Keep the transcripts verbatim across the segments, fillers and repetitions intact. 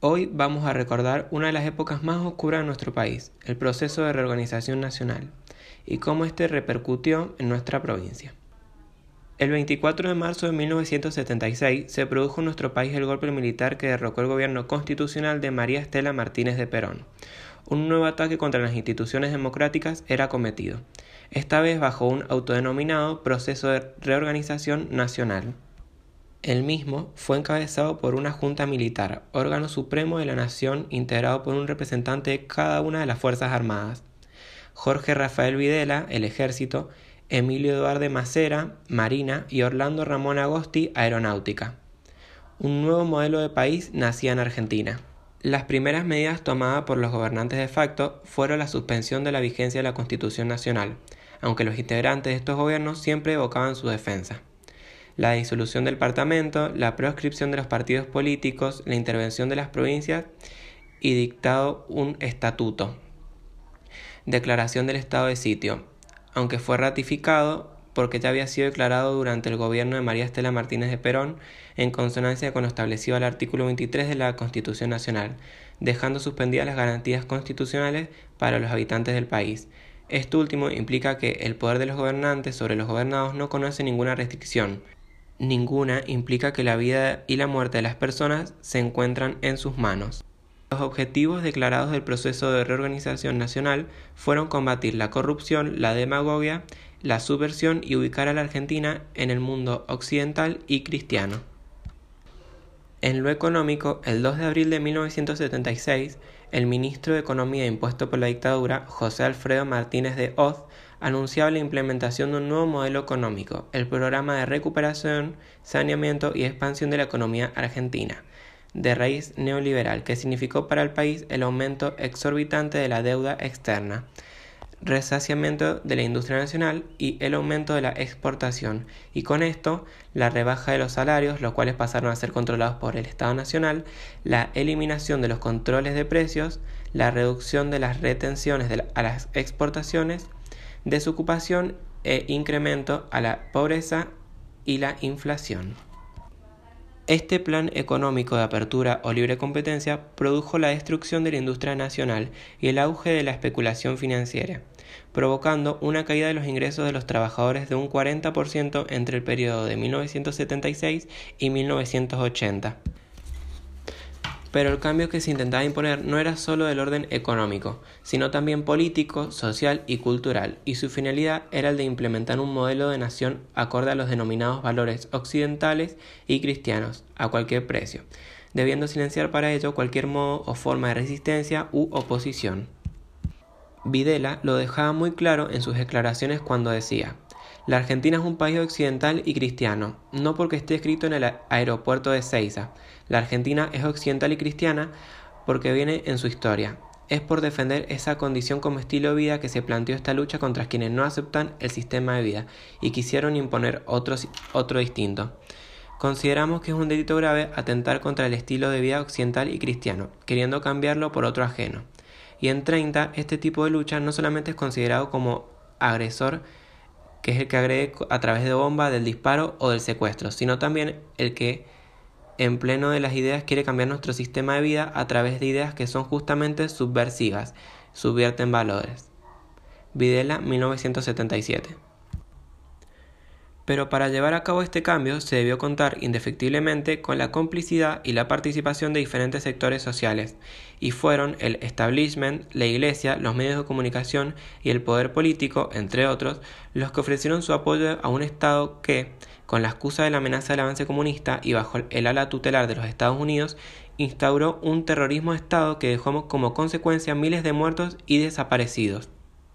Hoy vamos a recordar una de las épocas más oscuras de nuestro país, el proceso de reorganización nacional, y cómo este repercutió en nuestra provincia. El veinticuatro de marzo de mil novecientos setenta y seis se produjo en nuestro país el golpe militar que derrocó el gobierno constitucional de María Estela Martínez de Perón. Un nuevo ataque contra las instituciones democráticas era cometido, esta vez bajo un autodenominado proceso de reorganización nacional. El mismo fue encabezado por una junta militar, órgano supremo de la nación integrado por un representante de cada una de las Fuerzas Armadas. Jorge Rafael Videla, el Ejército, Emilio Eduardo Macera, Marina y Orlando Ramón Agosti, Aeronáutica. Un nuevo modelo de país nacía en Argentina. Las primeras medidas tomadas por los gobernantes de facto fueron la suspensión de la vigencia de la Constitución Nacional, aunque los integrantes de estos gobiernos siempre evocaban su defensa. La disolución del Parlamento, la proscripción de los partidos políticos, la intervención de las provincias y dictado un estatuto. Declaración del estado de sitio, aunque fue ratificado porque ya había sido declarado durante el gobierno de María Estela Martínez de Perón en consonancia con lo establecido al artículo veintitrés de la Constitución Nacional, dejando suspendidas las garantías constitucionales para los habitantes del país. Esto último implica que el poder de los gobernantes sobre los gobernados no conoce ninguna restricción. Ninguna implica que la vida y la muerte de las personas se encuentran en sus manos. Los objetivos declarados del proceso de reorganización nacional fueron combatir la corrupción, la demagogia, la subversión y ubicar a la Argentina en el mundo occidental y cristiano. En lo económico, el dos de abril de mil novecientos setenta y seis, el ministro de Economía impuesto por la dictadura, José Alfredo Martínez de Hoz, anunciaba la implementación de un nuevo modelo económico, el Programa de Recuperación, Saneamiento y Expansión de la Economía Argentina, de raíz neoliberal, que significó para el país el aumento exorbitante de la deuda externa, resaciamiento de la industria nacional y el aumento de la exportación, y con esto la rebaja de los salarios, los cuales pasaron a ser controlados por el Estado Nacional, la eliminación de los controles de precios, la reducción de las retenciones de la, a las exportaciones, desocupación e incremento a la pobreza y la inflación. Este plan económico de apertura o libre competencia produjo la destrucción de la industria nacional y el auge de la especulación financiera, provocando una caída de los ingresos de los trabajadores de un cuarenta por ciento entre el periodo de mil novecientos setenta y seis y mil novecientos ochenta. Pero el cambio que se intentaba imponer no era solo del orden económico, sino también político, social y cultural, y su finalidad era el de implementar un modelo de nación acorde a los denominados valores occidentales y cristianos, a cualquier precio, debiendo silenciar para ello cualquier modo o forma de resistencia u oposición. Videla lo dejaba muy claro en sus declaraciones cuando decía: la Argentina es un país occidental y cristiano, no porque esté escrito en el aeropuerto de Ezeiza. La Argentina es occidental y cristiana porque viene en su historia. Es por defender esa condición como estilo de vida que se planteó esta lucha contra quienes no aceptan el sistema de vida y quisieron imponer otro, otro distinto. Consideramos que es un delito grave atentar contra el estilo de vida occidental y cristiano, queriendo cambiarlo por otro ajeno. Y en treinta, este tipo de lucha no solamente es considerado como agresor, que es el que agrede a través de bomba, del disparo o del secuestro, sino también el que en pleno de las ideas quiere cambiar nuestro sistema de vida a través de ideas que son justamente subversivas, subvierten valores. Videla, mil novecientos setenta y siete. Pero para llevar a cabo este cambio se debió contar indefectiblemente con la complicidad y la participación de diferentes sectores sociales, y fueron el establishment, la iglesia, los medios de comunicación y el poder político, entre otros, los que ofrecieron su apoyo a un Estado que, con la excusa de la amenaza del avance comunista y bajo el ala tutelar de los Estados Unidos, instauró un terrorismo de Estado que dejó como consecuencia miles de muertos y desaparecidos.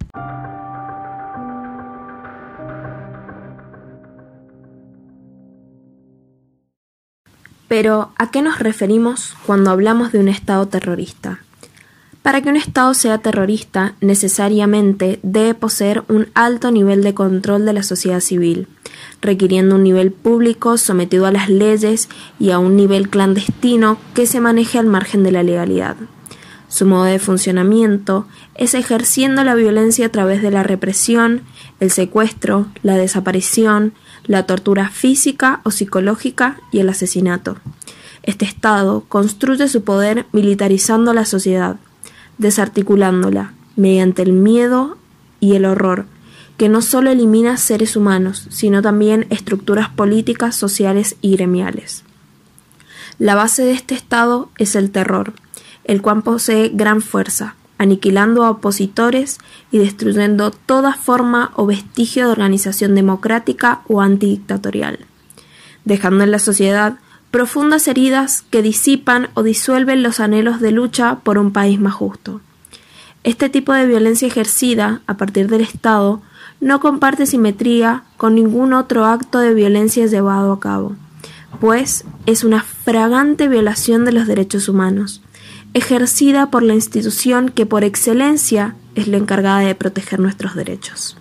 Pero, ¿a qué nos referimos cuando hablamos de un Estado terrorista? Para que un Estado sea terrorista, necesariamente debe poseer un alto nivel de control de la sociedad civil, requiriendo un nivel público sometido a las leyes y a un nivel clandestino que se maneje al margen de la legalidad. Su modo de funcionamiento es ejerciendo la violencia a través de la represión, el secuestro, la desaparición, la tortura física o psicológica y el asesinato. Este Estado construye su poder militarizando la sociedad, desarticulándola mediante el miedo y el horror, que no solo elimina seres humanos, sino también estructuras políticas, sociales y gremiales. La base de este Estado es el terror, el cual posee gran fuerza, aniquilando a opositores y destruyendo toda forma o vestigio de organización democrática o antidictatorial, dejando en la sociedad profundas heridas que disipan o disuelven los anhelos de lucha por un país más justo. Este tipo de violencia ejercida a partir del Estado no comparte simetría con ningún otro acto de violencia llevado a cabo, pues es una flagrante violación de los derechos humanos, ejercida por la institución que por excelencia es la encargada de proteger nuestros derechos.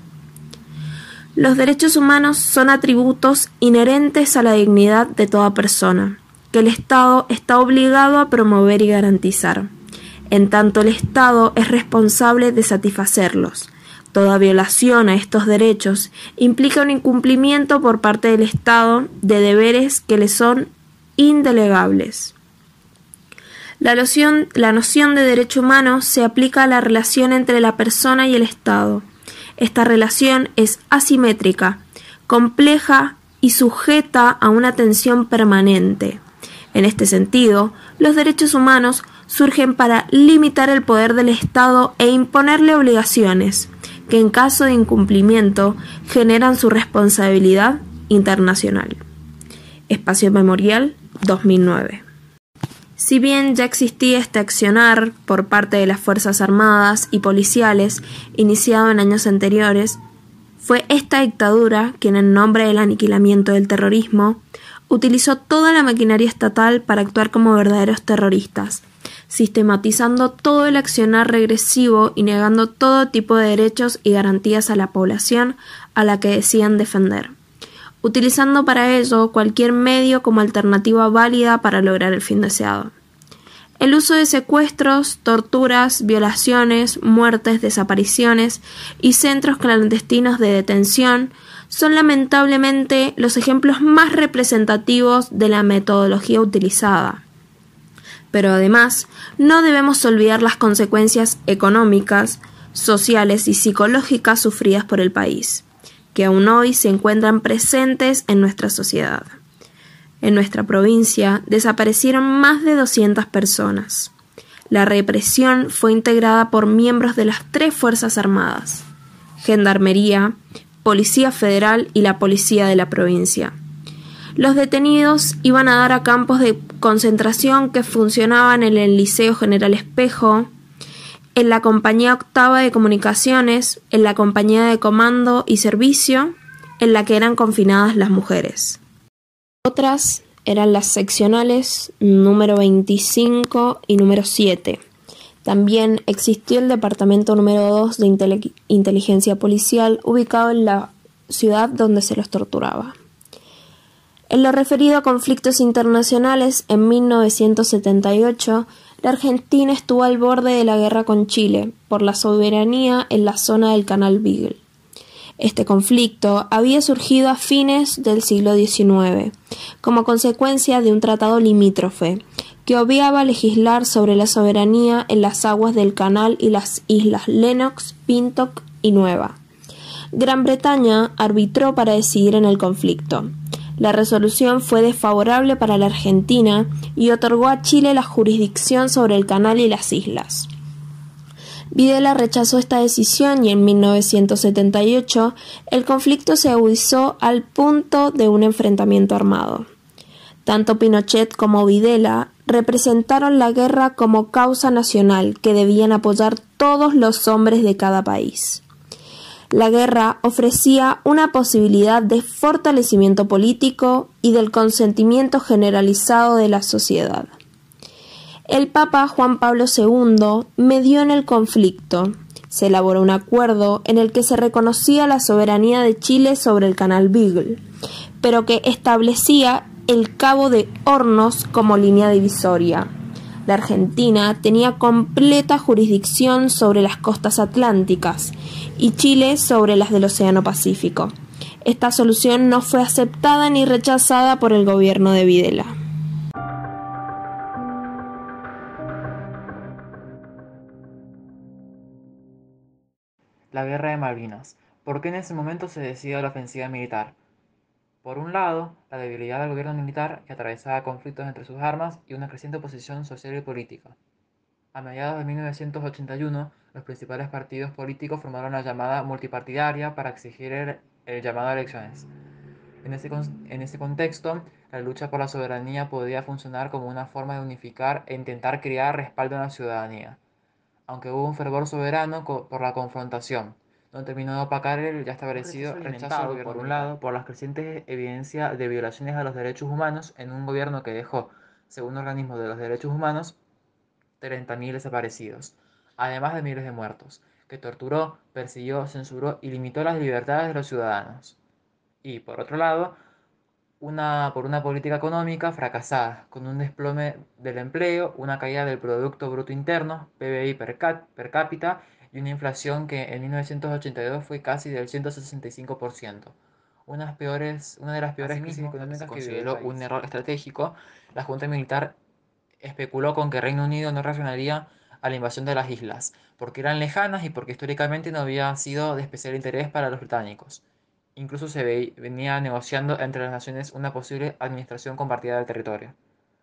Los derechos humanos son atributos inherentes a la dignidad de toda persona, que el Estado está obligado a promover y garantizar. En tanto el Estado es responsable de satisfacerlos. Toda violación a estos derechos implica un incumplimiento por parte del Estado de deberes que le son indelegables. La noción, la noción de derecho humano se aplica a la relación entre la persona y el Estado. Esta relación es asimétrica, compleja y sujeta a una tensión permanente. En este sentido, los derechos humanos surgen para limitar el poder del Estado e imponerle obligaciones, que en caso de incumplimiento generan su responsabilidad internacional. Espacio Memorial, dos mil nueve. Si bien ya existía este accionar por parte de las Fuerzas Armadas y policiales iniciado en años anteriores, fue esta dictadura quien, en nombre del aniquilamiento del terrorismo, utilizó toda la maquinaria estatal para actuar como verdaderos terroristas, sistematizando todo el accionar regresivo y negando todo tipo de derechos y garantías a la población a la que decían defender, utilizando para ello cualquier medio como alternativa válida para lograr el fin deseado. El uso de secuestros, torturas, violaciones, muertes, desapariciones y centros clandestinos de detención son lamentablemente los ejemplos más representativos de la metodología utilizada. Pero además, no debemos olvidar las consecuencias económicas, sociales y psicológicas sufridas por el país, que aún hoy se encuentran presentes en nuestra sociedad. En nuestra provincia desaparecieron más de doscientas personas. La represión fue integrada por miembros de las tres Fuerzas Armadas, Gendarmería, Policía Federal y la Policía de la provincia. Los detenidos iban a dar a campos de concentración que funcionaban en el Liceo General Espejo, en la Compañía Octava de Comunicaciones, en la Compañía de Comando y Servicio, en la que eran confinadas las mujeres. Otras eran las seccionales número veinticinco y número siete. También existió el departamento número dos de Intele- inteligencia policial, ubicado en la ciudad donde se los torturaba. En lo referido a conflictos internacionales, en mil novecientos setenta y ocho, la Argentina estuvo al borde de la guerra con Chile por la soberanía en la zona del Canal Beagle. Este conflicto había surgido a fines del siglo diecinueve, como consecuencia de un tratado limítrofe que obligaba a legislar sobre la soberanía en las aguas del canal y las islas Lennox, Pintock y Nueva. Gran Bretaña arbitró para decidir en el conflicto. La resolución fue desfavorable para la Argentina y otorgó a Chile la jurisdicción sobre el canal y las islas. Videla rechazó esta decisión y en mil novecientos setenta y ocho el conflicto se agudizó al punto de un enfrentamiento armado. Tanto Pinochet como Videla representaron la guerra como causa nacional que debían apoyar todos los hombres de cada país. La guerra ofrecía una posibilidad de fortalecimiento político y del consentimiento generalizado de la sociedad. El Papa Juan Pablo segundo medió en el conflicto. Se elaboró un acuerdo en el que se reconocía la soberanía de Chile sobre el Canal Beagle, pero que establecía el Cabo de Hornos como línea divisoria. La Argentina tenía completa jurisdicción sobre las costas atlánticas y Chile sobre las del Océano Pacífico. Esta solución no fue aceptada ni rechazada por el gobierno de Videla. La Guerra de Malvinas. ¿Por qué en ese momento se decide la ofensiva militar? Por un lado, la debilidad del gobierno militar que atravesaba conflictos entre sus armas y una creciente oposición social y política. A mediados de mil novecientos ochenta y uno, los principales partidos políticos formaron la llamada multipartidaria para exigir el, el llamado a elecciones. En ese, en ese contexto, la lucha por la soberanía podía funcionar como una forma de unificar e intentar crear respaldo en la ciudadanía, aunque hubo un fervor soberano por la confrontación, no terminó de opacar el ya establecido rechazo, rechazo al gobierno por un lado por las crecientes evidencias de violaciones a los derechos humanos en un gobierno que dejó, según organismos de los derechos humanos, treinta mil desaparecidos, además de miles de muertos, que torturó, persiguió, censuró y limitó las libertades de los ciudadanos. Y, por otro lado, una, por una política económica fracasada, con un desplome del empleo, una caída del Producto Bruto Interno, P B I per, cap, per cápita, y una inflación que en mil novecientos ochenta y dos fue casi del ciento sesenta y cinco por ciento. Unas peores, una de las peores crisis económicas que consideró un error estratégico, la Junta Militar especuló con que Reino Unido no reaccionaría a la invasión de las islas, porque eran lejanas y porque históricamente no había sido de especial interés para los británicos. Incluso se ve- venía negociando entre las naciones una posible administración compartida del territorio.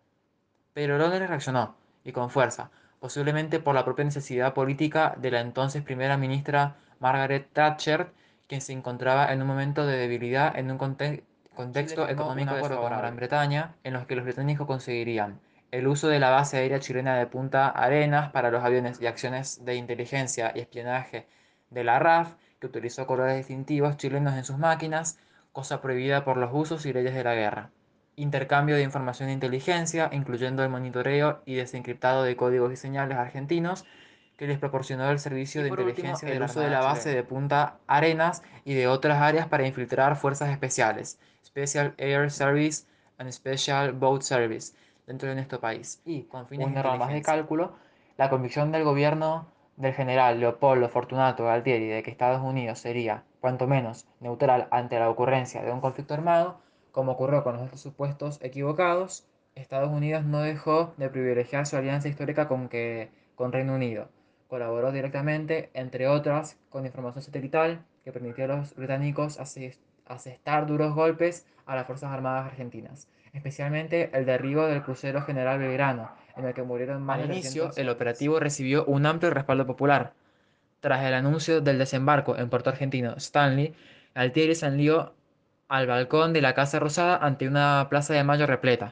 Pero Londres reaccionó, y con fuerza, posiblemente por la propia necesidad política de la entonces primera ministra Margaret Thatcher, quien se encontraba en un momento de debilidad en un conte- contexto económico desfavorable con Gran Bretaña, en los que los británicos conseguirían el uso de la base aérea chilena de Punta Arenas para los aviones y acciones de inteligencia y espionaje de la R A F, que utilizó colores distintivos chilenos en sus máquinas, cosa prohibida por los usos y leyes de la guerra. Intercambio de información e inteligencia, incluyendo el monitoreo y desencriptado de códigos y señales argentinos, que les proporcionó el servicio de inteligencia del uso de la base de Punta Arenas y de otras áreas para infiltrar fuerzas especiales, Special Air Service and Special Boat Service, dentro de nuestro país. Y, con fines un error más de cálculo, la convicción del gobierno del general Leopoldo Fortunato Galtieri de que Estados Unidos sería, cuanto menos, neutral ante la ocurrencia de un conflicto armado, como ocurrió con los otros supuestos equivocados, Estados Unidos no dejó de privilegiar su alianza histórica con, que, con Reino Unido. Colaboró directamente, entre otras, con información satelital que permitió a los británicos asestar duros golpes a las Fuerzas Armadas argentinas, especialmente el derribo del crucero General Belgrano, en el que murieron más de trescientos. Al inicio, el operativo recibió un amplio respaldo popular. Tras el anuncio del desembarco en Puerto Argentino Stanley, Altieri salió al balcón de la Casa Rosada ante una plaza de Mayo repleta.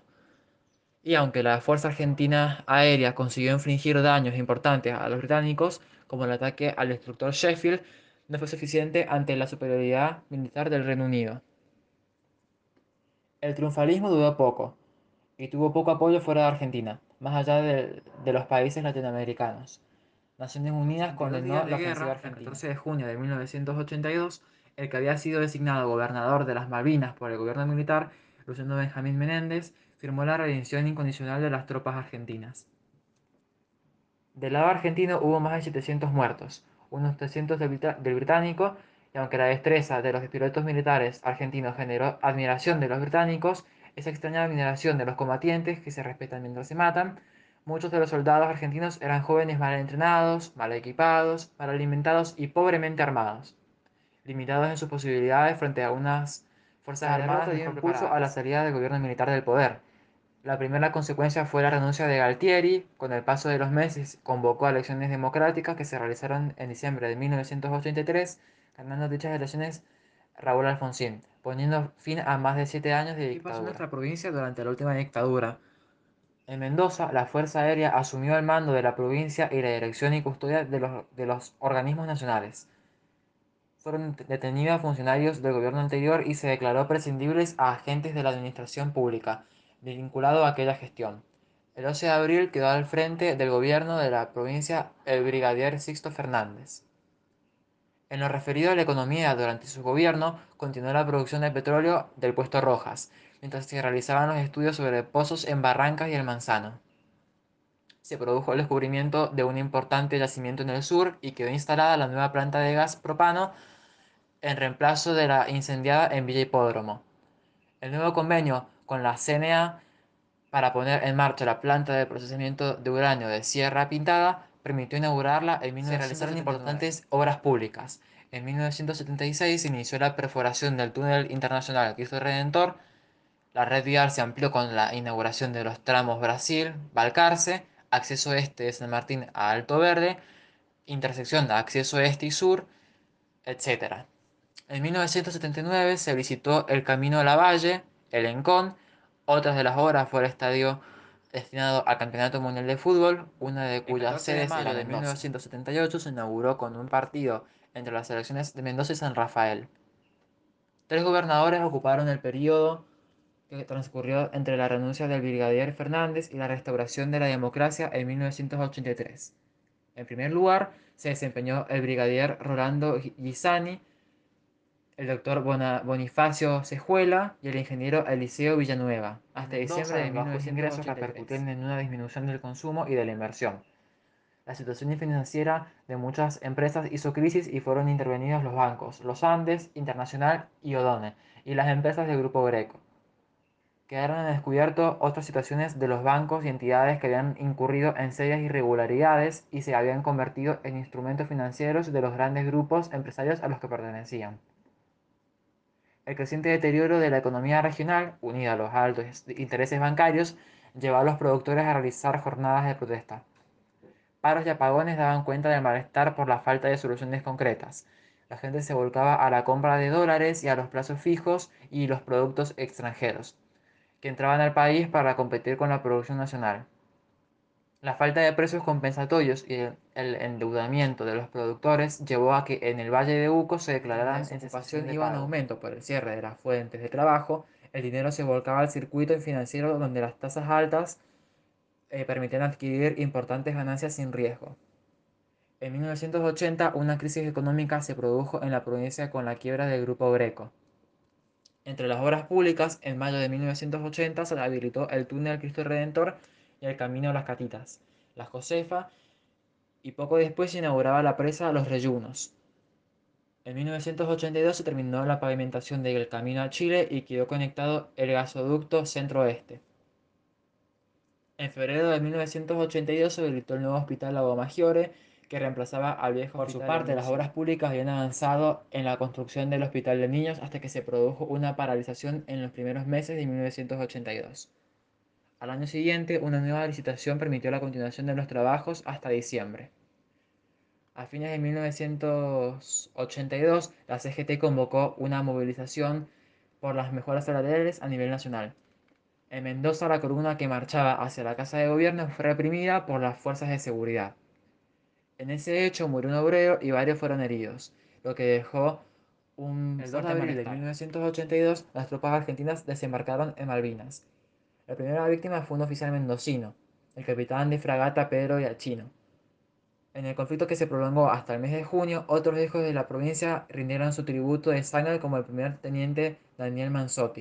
Y aunque la Fuerza Argentina Aérea consiguió infligir daños importantes a los británicos, como el ataque al destructor Sheffield, no fue suficiente ante la superioridad militar del Reino Unido. El triunfalismo duró poco, y tuvo poco apoyo fuera de Argentina, más allá de, de los países latinoamericanos. Naciones Unidas condenó la ofensiva argentina. El catorce de junio de mil novecientos ochenta y dos, el que había sido designado gobernador de las Malvinas por el gobierno militar, Luciano Benjamín Menéndez, firmó la rendición incondicional de las tropas argentinas. Del lado argentino hubo más de setecientos muertos, unos trescientos del, del británico, y aunque la destreza de los pilotos militares argentinos generó admiración de los británicos, esa extraña admiración de los combatientes que se respetan mientras se matan, muchos de los soldados argentinos eran jóvenes mal entrenados, mal equipados, mal alimentados y pobremente armados, limitados en sus posibilidades frente a unas fuerzas armadas dio impulso a la salida del gobierno militar del poder. La primera consecuencia fue la renuncia de Galtieri. Con el paso de los meses convocó a elecciones democráticas que se realizaron en diciembre de mil novecientos ochenta y tres, ganando dichas elecciones Raúl Alfonsín, poniendo fin a más de siete años de dictadura. ¿Qué pasó en nuestra provincia durante la última dictadura? En Mendoza, la Fuerza Aérea asumió el mando de la provincia y la dirección y custodia de los, de los organismos nacionales. Fueron detenidos funcionarios del gobierno anterior y se declaró prescindibles a agentes de la administración pública, vinculado a aquella gestión. El once de abril quedó al frente del gobierno de la provincia el brigadier Sixto Fernández. En lo referido a la economía, durante su gobierno continuó la producción de petróleo del puesto Rojas, mientras se realizaban los estudios sobre pozos en Barrancas y el Manzano. Se produjo el descubrimiento de un importante yacimiento en el sur y quedó instalada la nueva planta de gas propano en reemplazo de la incendiada en Villa Hipódromo. El nuevo convenio con la C N A para poner en marcha la planta de procesamiento de uranio de Sierra Pintada permitió inaugurarla en mil novecientos setenta y nueve. Se realizaron importantes obras públicas. En mil novecientos setenta y seis se inició la perforación del túnel internacional Cristo Redentor. La red vial se amplió con la inauguración de los tramos Brasil-Balcarce, acceso este de San Martín a Alto Verde, intersección de acceso este y sur, etcétera. En mil novecientos setenta y nueve se visitó el Camino a la Valle, el Encón. Otras de las obras fue el estadio destinado al Campeonato Mundial de Fútbol, una de cuyas sedes era de mil novecientos setenta y ocho se inauguró con un partido entre las selecciones de Mendoza y San Rafael. Tres gobernadores ocuparon el periodo que transcurrió entre la renuncia del brigadier Fernández y la restauración de la democracia en mil novecientos ochenta y tres. En primer lugar, se desempeñó el brigadier Rolando Gisani, el doctor Bonifacio Cejuela y el ingeniero Eliseo Villanueva. Hasta diciembre de mil novecientos ochenta y tres. Los bajos ingresos repercutían en una disminución del consumo y de la inversión. La situación financiera de muchas empresas hizo crisis y fueron intervenidos los bancos, los Andes, Internacional y Odone, y las empresas del Grupo Greco. Quedaron en descubierto otras situaciones de los bancos y entidades que habían incurrido en serias irregularidades y se habían convertido en instrumentos financieros de los grandes grupos empresarios a los que pertenecían. El creciente deterioro de la economía regional, unido a los altos intereses bancarios, llevó a los productores a realizar jornadas de protesta. Paros y apagones daban cuenta del malestar por la falta de soluciones concretas. La gente se volcaba a la compra de dólares y a los plazos fijos y los productos extranjeros, que entraban al país para competir con la producción nacional. La falta de precios compensatorios y el, el endeudamiento de los productores llevó a que en el Valle de Uco se declararan en cesación iba en aumento por el cierre de las fuentes de trabajo. El dinero se volcaba al circuito financiero donde las tasas altas eh, permitían adquirir importantes ganancias sin riesgo. En mil novecientos ochenta, una crisis económica se produjo en la provincia con la quiebra del Grupo Greco. Entre las obras públicas, en mayo de mil novecientos ochenta se habilitó el túnel Cristo Redentor y el camino Las Catitas, La Josefa, y poco después se inauguraba la presa Los Reyunos. En mil novecientos ochenta y dos se terminó la pavimentación del camino a Chile y quedó conectado el gasoducto Centro-Oeste. En febrero de mil novecientos ochenta y dos se habilitó el nuevo hospital Lago Maggiore, que reemplazaba al viejo hospital. Por su parte, las obras públicas habían avanzado en la construcción del Hospital de Niños hasta que se produjo una paralización en los primeros meses de mil novecientos ochenta y dos. Al año siguiente, una nueva licitación permitió la continuación de los trabajos hasta diciembre. A fines de mil novecientos ochenta y dos, la C G T convocó una movilización por las mejoras salariales a nivel nacional. En Mendoza, la columna que marchaba hacia la Casa de Gobierno fue reprimida por las fuerzas de seguridad. En ese hecho murió un obrero y varios fueron heridos, lo que dejó un El dos de abril de mil novecientos ochenta y dos, las tropas argentinas desembarcaron en Malvinas. La primera víctima fue un oficial mendocino, el capitán de fragata Pedro Yachino. En el conflicto que se prolongó hasta el mes de junio, otros hijos de la provincia rindieron su tributo de sangre, como el primer teniente Daniel Manzotti.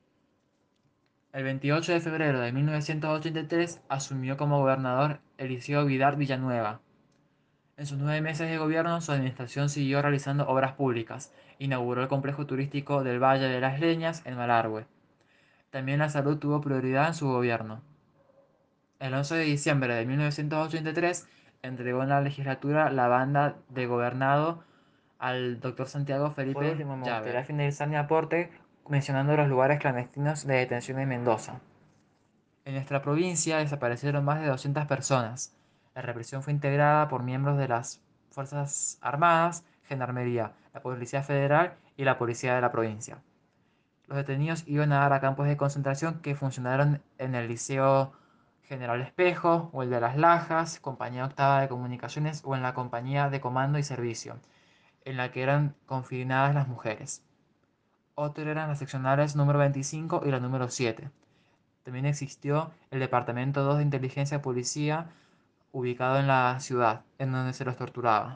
El veintiocho de febrero de mil novecientos ochenta y tres asumió como gobernador Eliseo Vidal Villanueva. En sus nueve meses de gobierno, su administración siguió realizando obras públicas. Inauguró el complejo turístico del Valle de las Leñas en Malargüe. También la salud tuvo prioridad en su gobierno. El once de diciembre de mil novecientos ochenta y tres entregó en la legislatura la banda de gobernado al doctor Santiago Felipe Por último, me gustaría Llaver. Finalizar mi aporte mencionando los lugares clandestinos de detención en Mendoza. En nuestra provincia desaparecieron más de doscientas personas. La represión fue integrada por miembros de las Fuerzas Armadas, Gendarmería, la Policía Federal y la Policía de la provincia. Los detenidos iban a dar a campos de concentración que funcionaron en el Liceo General Espejo o el de Las Lajas, Compañía Octava de Comunicaciones o en la Compañía de Comando y Servicio, en la que eran confinadas las mujeres. Otro eran las seccionales número veinticinco y la número siete. También existió el Departamento dos de Inteligencia y Policía, ubicado en la ciudad, en donde se los torturaba.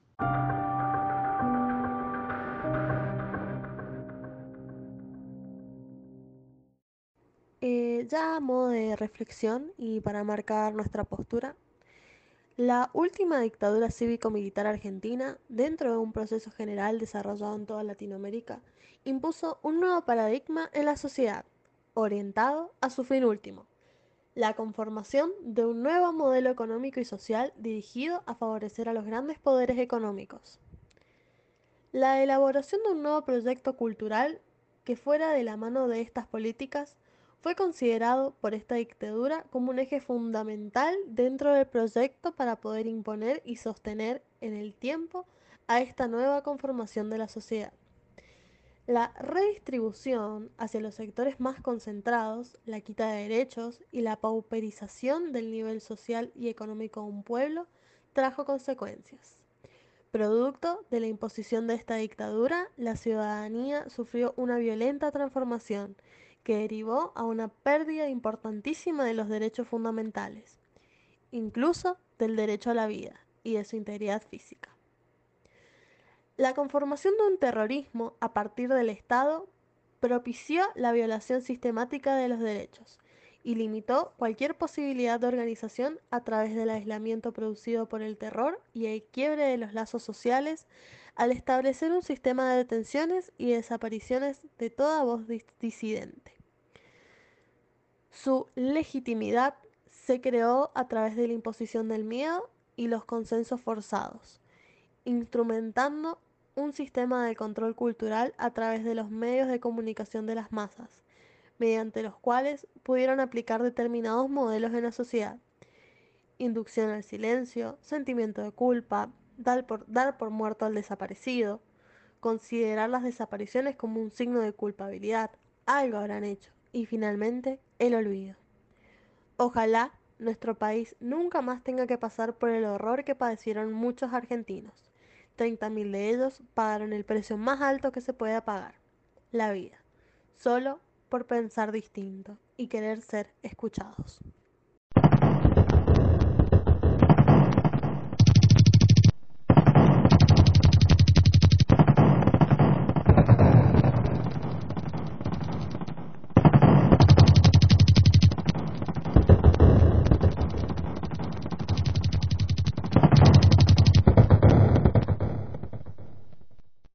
Eh, ya a modo de reflexión y para marcar nuestra postura, la última dictadura cívico-militar argentina, dentro de un proceso general desarrollado en toda Latinoamérica, impuso un nuevo paradigma en la sociedad, orientado a su fin último, la conformación de un nuevo modelo económico y social dirigido a favorecer a los grandes poderes económicos. La elaboración de un nuevo proyecto cultural que fuera de la mano de estas políticas fue considerado por esta dictadura como un eje fundamental dentro del proyecto para poder imponer y sostener en el tiempo a esta nueva conformación de la sociedad. La redistribución hacia los sectores más concentrados, la quita de derechos y la pauperización del nivel social y económico de un pueblo trajo consecuencias. Producto de la imposición de esta dictadura, la ciudadanía sufrió una violenta transformación que derivó a una pérdida importantísima de los derechos fundamentales, incluso del derecho a la vida y de su integridad física. La conformación de un terrorismo a partir del Estado propició la violación sistemática de los derechos y limitó cualquier posibilidad de organización a través del aislamiento producido por el terror y el quiebre de los lazos sociales al establecer un sistema de detenciones y desapariciones de toda voz dis disidente. Su legitimidad se creó a través de la imposición del miedo y los consensos forzados, instrumentando un sistema de control cultural a través de los medios de comunicación de las masas, mediante los cuales pudieron aplicar determinados modelos en la sociedad: inducción al silencio, sentimiento de culpa, dar por, dar por muerto al desaparecido, considerar las desapariciones como un signo de culpabilidad, algo habrán hecho, y finalmente el olvido. Ojalá nuestro país nunca más tenga que pasar por el horror que padecieron muchos argentinos. treinta mil de ellos pagaron el precio más alto que se pueda pagar, la vida, solo por pensar distinto y querer ser escuchados.